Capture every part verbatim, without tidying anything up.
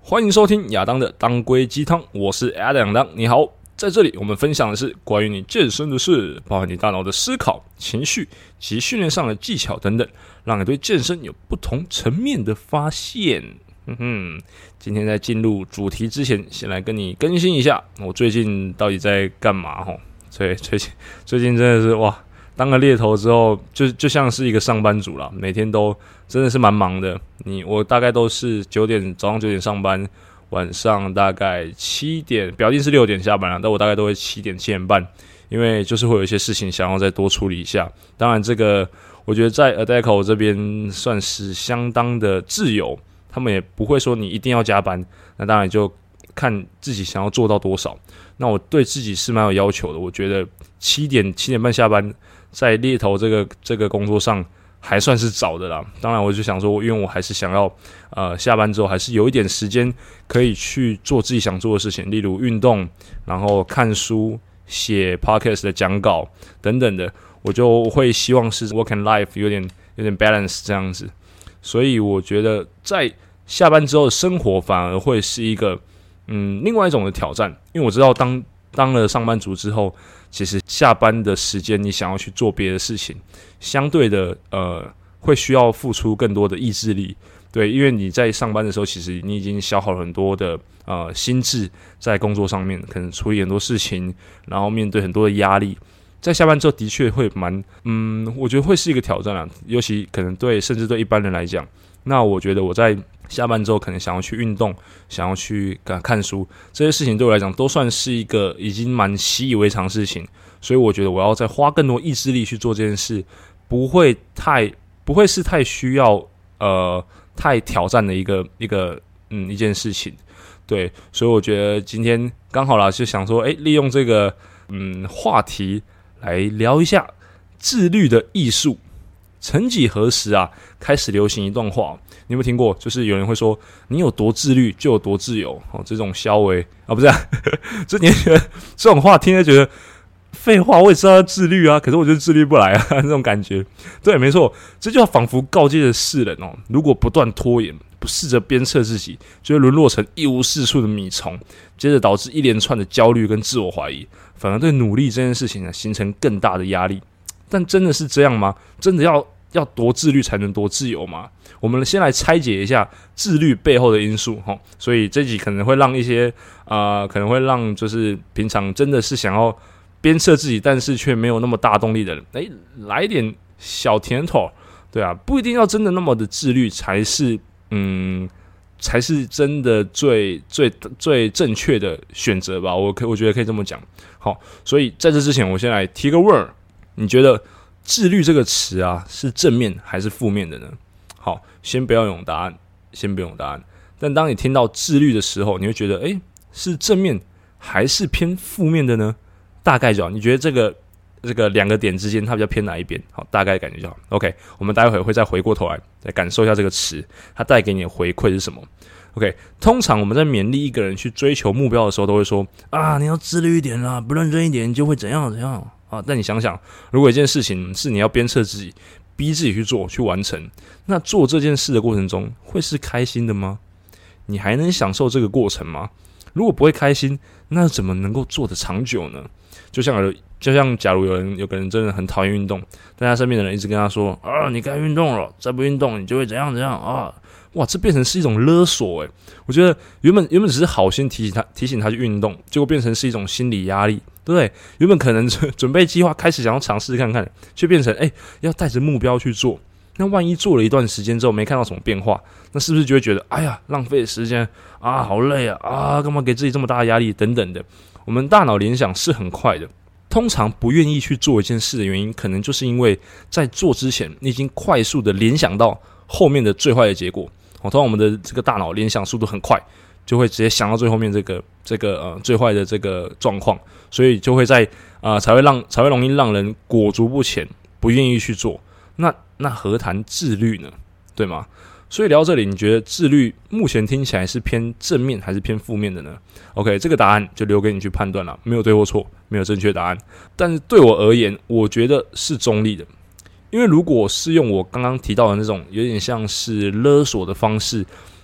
欢迎收听亚当的当归鸡汤，我是 Adam 亚当。你好，在这里我们分享的是关于你健身的事，包含你大脑的思考、情绪及训练上的技巧等等，让你对健身有不同层面的发现。嗯哼，今天在进入主题之前，先来跟你更新一下我最近到底在干嘛吼。所以最近最近真的是哇，当了猎头之后，就就像是一个上班族啦，每天都真的是蛮忙的。你我大概都是九点早上九点上班，晚上大概七点，表定是六点下班啦，但我大概都会七点七点半，因为就是会有一些事情想要再多处理一下。当然，这个我觉得在 Adecco 这边算是相当的自由，他们也不会说你一定要加班，那当然就看自己想要做到多少。那我对自己是蛮有要求的，我觉得七点七点半下班，在猎头这个这个工作上还算是早的啦。当然，我就想说，因为我还是想要呃下班之后还是有一点时间可以去做自己想做的事情，例如运动，然后看书、写 podcast 的讲稿等等的，我就会希望是 work and life 有点有点 balance 这样子。所以我觉得在下班之后的生活反而会是一个嗯另外一种的挑战，因为我知道当当了上班族之后，其实下班的时间你想要去做别的事情，相对的呃会需要付出更多的意志力。对，因为你在上班的时候，其实你已经消耗了很多的呃心智在工作上面，可能处理很多事情，然后面对很多的压力。在下班之后的确会蛮嗯，我觉得会是一个挑战啊，尤其可能对甚至对一般人来讲。那我觉得我在下班之后可能想要去运动，想要去看书，这些事情对我来讲都算是一个已经蛮习以为常的事情，所以我觉得我要再花更多意志力去做这件事，不会太不会是太需要呃太挑战的一个一个嗯一件事情。对，所以我觉得今天刚好啦，就想说，哎，利用这个嗯话题来聊一下自律的艺术。曾几何时啊，开始流行一段话，你有没有听过？就是有人会说，你有多自律就有多自由。哦，这种消微啊，不是啊，这你觉得这种话听着觉得废话，我也知道要自律啊，可是我就自律不来啊，这种感觉。对，没错，这就仿佛告诫着世人哦，如果不断拖延，不试着鞭策自己，就会沦落成一无是处的米虫，接着导致一连串的焦虑跟自我怀疑，反而对努力这件事情呢，形成更大的压力。但真的是这样吗？真的要要多自律才能多自由吗？我们先来拆解一下自律背后的因素齁。所以这集可能会让一些呃，可能会让就是平常真的是想要鞭策自己，但是却没有那么大动力的人，哎，来一点小甜头。对啊，不一定要真的那么的自律才是嗯，才是真的最最最正确的选择吧。我可我觉得可以这么讲。好，所以在这之前，我先来提个问儿。你觉得自律这个词啊，是正面还是负面的呢？好，先不要用答案，先不用答案。但当你听到自律的时候，你会觉得，诶，是正面还是偏负面的呢？大概就好，你觉得这个这个两个点之间，它比较偏哪一边？好，大概感觉就好。OK， 我们待会会再回过头来，再感受一下这个词，它带给你的回馈是什么。OK， 通常我们在勉励一个人去追求目标的时候，都会说啊，你要自律一点啦，不认真一点就会怎样怎样。啊，但你想想，如果一件事情是你要鞭策自己、逼自己去做、去完成，那做这件事的过程中会是开心的吗？你还能享受这个过程吗？如果不会开心，那怎么能够做得长久呢？就像就像假如有人有个人真的很讨厌运动，但他身边的人一直跟他说啊，你该运动了，再不运动你就会怎样怎样啊。哇，这变成是一种勒索诶！我觉得原本原本只是好心提醒他提醒他去运动，结果变成是一种心理压力，对不对？原本可能准备计划开始想要尝试看看，却变成诶要带着目标去做。那万一做了一段时间之后没看到什么变化，那是不是就会觉得哎呀浪费时间啊，好累啊啊，干嘛给自己这么大的压力等等的？我们大脑联想是很快的，通常不愿意去做一件事的原因，可能就是因为在做之前，你已经快速的联想到后面的最坏的结果。通常我们的这个大脑联想速度很快，就会直接想到最后面这个这个呃最坏的这个状况，所以就会在啊、呃、才会让才会容易让人裹足不前，不愿意去做。那那何谈自律呢？对吗？所以聊到这里，你觉得自律目前听起来是偏正面还是偏负面的呢 ？OK， 这个答案就留给你去判断了，没有对或错，没有正确答案。但是对我而言，我觉得是中立的。因为如果是用我刚刚提到的那种有点像是勒索的方式，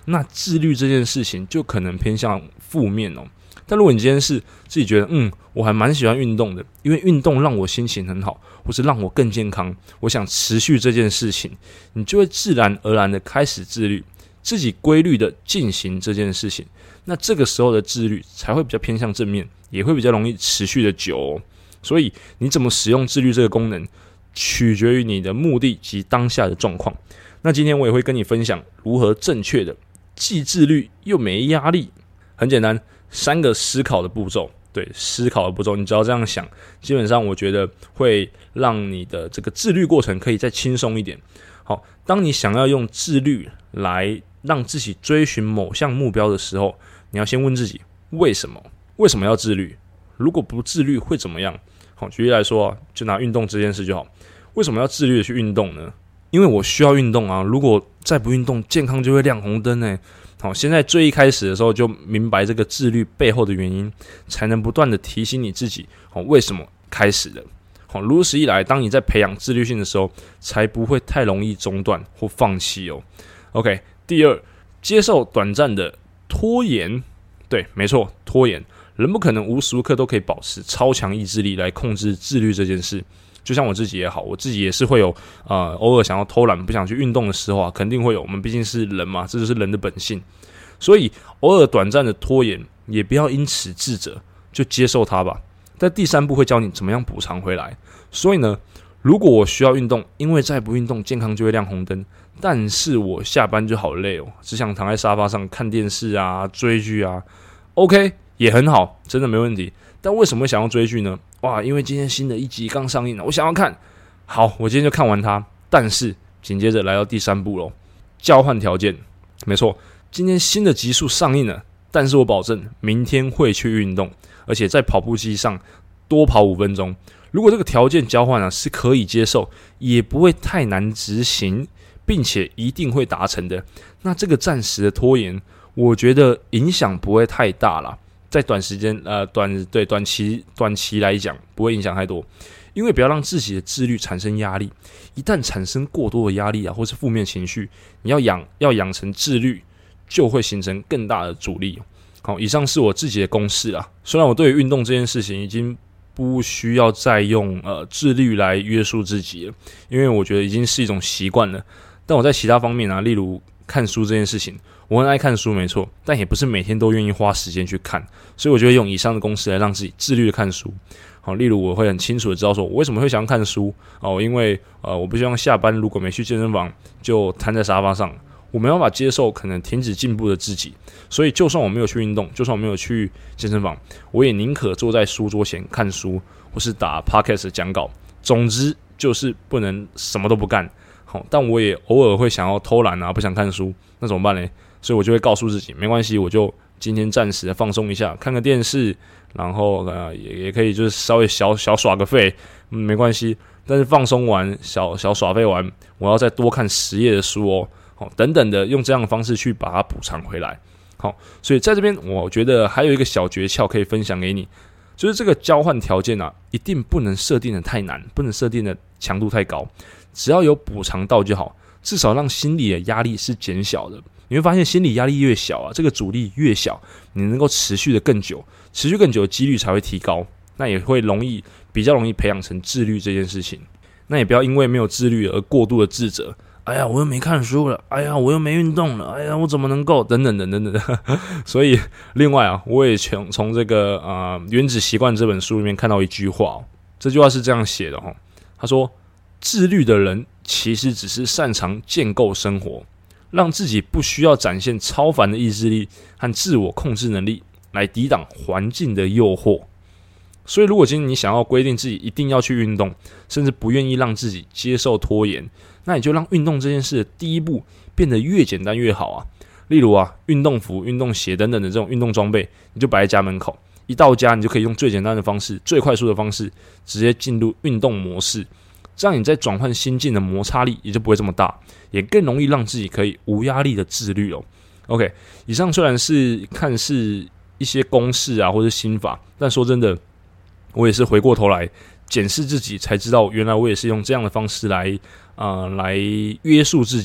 那自律这件事情就可能偏向负面哦。但如果你今天是自己觉得，嗯，我还蛮喜欢运动的，因为运动让我心情很好，或是让我更健康，我想持续这件事情，你就会自然而然的开始自律，自己规律的进行这件事情。那这个时候的自律才会比较偏向正面，也会比较容易持续的久哦。所以你怎么使用自律这个功能，取决于你的目的及当下的状况。那今天我也会跟你分享如何正确的既自律又没压力。很简单，三个思考的步骤。对，思考的步骤，你只要这样想，基本上我觉得会让你的这个自律过程可以再轻松一点。好，当你想要用自律来让自己追寻某项目标的时候，你要先问自己为什么？为什么要自律？如果不自律会怎么样？好，举例来说啊，就拿运动这件事就好。为什么要自律的去运动呢？因为我需要运动啊！如果再不运动，健康就会亮红灯欸。好，现在最一开始的时候就明白这个自律背后的原因，才能不断的提醒你自己，好，为什么开始的。好，如此一来，当你在培养自律性的时候，才不会太容易中断或放弃哦。OK， 第二，接受短暂的拖延。对，没错，拖延。人不可能无时无刻都可以保持超强意志力来控制自律这件事。就像我自己也好，我自己也是会有呃偶尔想要偷懒不想去运动的时候啊，肯定会有。我们毕竟是人嘛，这就是人的本性。所以偶尔短暂的拖延，也不要因此自责，就接受它吧。在第三步会教你怎么样补偿回来。所以呢，如果我需要运动，因为再不运动健康就会亮红灯，但是我下班就好累哦，只想躺在沙发上看电视啊、追剧啊 ，OK 也很好，真的没问题。但为什么会想要追剧呢？哇，因为今天新的一集刚上映了，我想要看。好，我今天就看完它。但是紧接着来到第三步咯，交换条件。没错，今天新的集数上映了，但是我保证明天会去运动，而且在跑步机上多跑五分钟。如果这个条件交换啊是可以接受，也不会太难执行，并且一定会达成的，那这个暂时的拖延，我觉得影响不会太大啦。在短时间呃短对短期短期来讲不会影响太多，因为不要让自己的自律产生压力。一旦产生过多的压力啊，或是负面情绪，你要养要养成自律，就会形成更大的阻力。好，以上是我自己的公式啊。虽然我对于运动这件事情已经不需要再用呃自律来约束自己了，因为我觉得已经是一种习惯了。但我在其他方面啊，例如看书这件事情，我很爱看书没错，但也不是每天都愿意花时间去看，所以我就会用以上的公式来让自己自律的看书。好，例如我会很清楚的知道说我为什么会想要看书哦，因为呃我不希望下班如果没去健身房就瘫在沙发上，我没办法接受可能停止进步的自己，所以就算我没有去运动，就算我没有去健身房，我也宁可坐在书桌前看书，或是打 podcast 讲稿。总之就是不能什么都不干。好，但我也偶尔会想要偷懒啊，不想看书，那怎么办呢？所以我就会告诉自己，没关系，我就今天暂时的放松一下，看个电视，然后呃也也可以就是稍微小小耍个废，嗯，没关系。但是放松完，小小耍废完，我要再多看十页的书哦，好，等等的，用这样的方式去把它补偿回来。好，所以在这边，我觉得还有一个小诀窍可以分享给你，就是这个交换条件啊，一定不能设定的太难，不能设定的强度太高，只要有补偿到就好，至少让心理的压力是减小的。你会发现心理压力越小啊，这个阻力越小，你能够持续的更久，持续更久的几率才会提高，那也会容易比较容易培养成自律这件事情。那也不要因为没有自律而过度的自责，哎呀我又没看书了，哎呀我又没运动了，哎呀我怎么能够等等等等等等。所以另外啊，我也从从这个呃《原子习惯》这本书里面看到一句话哦，这句话是这样写的哦，他说自律的人其实只是擅长建构生活，让自己不需要展现超凡的意志力和自我控制能力来抵挡环境的诱惑。所以如果今天你想要规定自己一定要去运动，甚至不愿意让自己接受拖延，那你就让运动这件事的第一步变得越简单越好啊。例如啊，运动服、运动鞋等等的这种运动装备，你就摆在家门口，一到家你就可以用最简单的方式、最快速的方式直接进入运动模式，这样你在转换心境的摩擦力也就不会这么大，也更容易让自己可以无压力的自律哦。OK， 以上虽然是看似一些公式啊或是心法，但说真的，我也是回过头来检视自己，才知道原来我也是用这样的方式来呃来约束自己，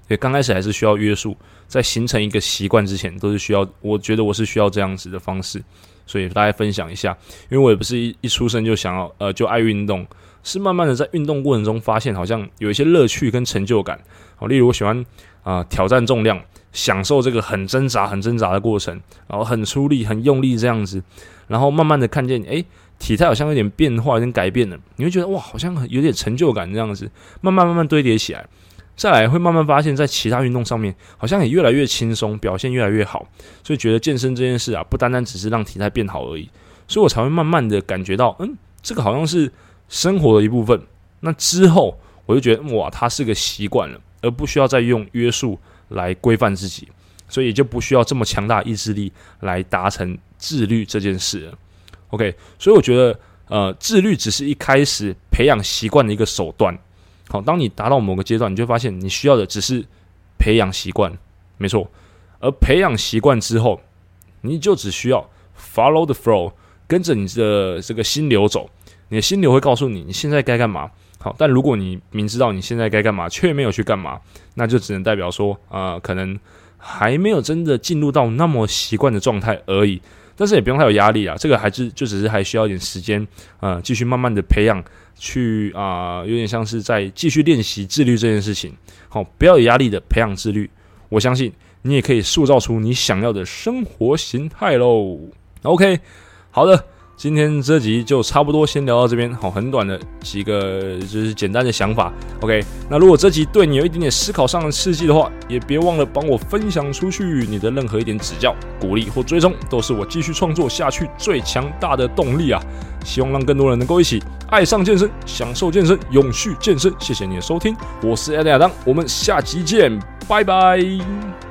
对，刚开始还是需要约束，在形成一个习惯之前，都是需要，我觉得我是需要这样子的方式，所以大家分享一下，因为我也不是一一出生就想要，呃，就爱运动，是慢慢的在运动过程中发现，好像有一些乐趣跟成就感。好，例如我喜欢啊、呃、挑战重量，享受这个很挣扎、很挣扎的过程，然后很出力、很用力这样子，然后慢慢的看见，哎，体态好像有点变化、有点改变了，你会觉得哇，好像有点成就感这样子，慢慢慢慢堆叠起来。再来会慢慢发现，在其他运动上面好像也越来越轻松，表现越来越好，所以觉得健身这件事啊，不单单只是让体态变好而已，所以我才会慢慢的感觉到，嗯，这个好像是生活的一部分。那之后我就觉得，哇，它是个习惯了，而不需要再用约束来规范自己，所以也就不需要这么强大的意志力来达成自律这件事了。OK， 所以我觉得，呃，自律只是一开始培养习惯的一个手段。好，当你达到某个阶段，你就发现你需要的只是培养习惯，没错。而培养习惯之后，你就只需要 follow the flow， 跟着你的这个心流走。你的心流会告诉你你现在该干嘛。好，但如果你明知道你现在该干嘛，却没有去干嘛，那就只能代表说，呃，可能还没有真的进入到那么习惯的状态而已。但是也不用太有压力啊，这个还是就只是还需要一点时间，呃，继续慢慢的培养，去啊、呃，有点像是在继续练习自律这件事情。好，不要有压力的培养自律，我相信你也可以塑造出你想要的生活形态喽。OK， 好的。今天这集就差不多先聊到这边，好，很短的几个就是简单的想法。OK， 那如果这集对你有一点点思考上的刺激的话，也别忘了帮我分享出去。你的任何一点指教、鼓励或追踪，都是我继续创作下去最强大的动力啊！希望让更多人能够一起爱上健身，享受健身，永续健身。谢谢你的收听，我是 Adam 亚当，我们下集见，拜拜。